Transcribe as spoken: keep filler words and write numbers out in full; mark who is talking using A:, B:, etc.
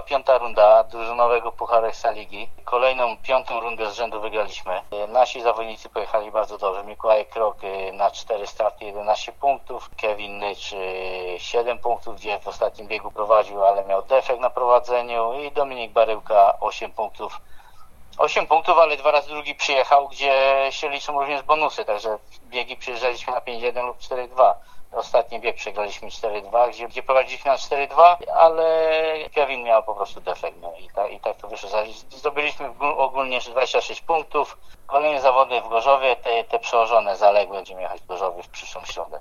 A: piąta runda drużynowego Pucharu Ekstraligi. Kolejną piątą rundę z rzędu wygraliśmy. Nasi zawodnicy pojechali bardzo dobrze. Mikołaj Krok na cztery starty jedenaście punktów. Kevin Nycz siedem punktów, gdzie w ostatnim biegu prowadził, ale miał defekt na prowadzeniu. I Dominik Baryłka osiem punktów. osiem punktów, ale dwa razy drugi przyjechał, gdzie się liczą również bonusy. Także biegi przyjeżdżaliśmy na pięć jeden lub cztery dwa. Ostatni bieg przegraliśmy cztery dwa, gdzie, gdzie prowadziliśmy na cztery dwa, ale Kevin miał po prostu defekt. No i, ta, i tak to wyszło. Zdobyliśmy ogólnie dwadzieścia sześć punktów. Kolejne zawody w Gorzowie, te, te przełożone, zaległe, będziemy jechać w Gorzowie w przyszłą środę.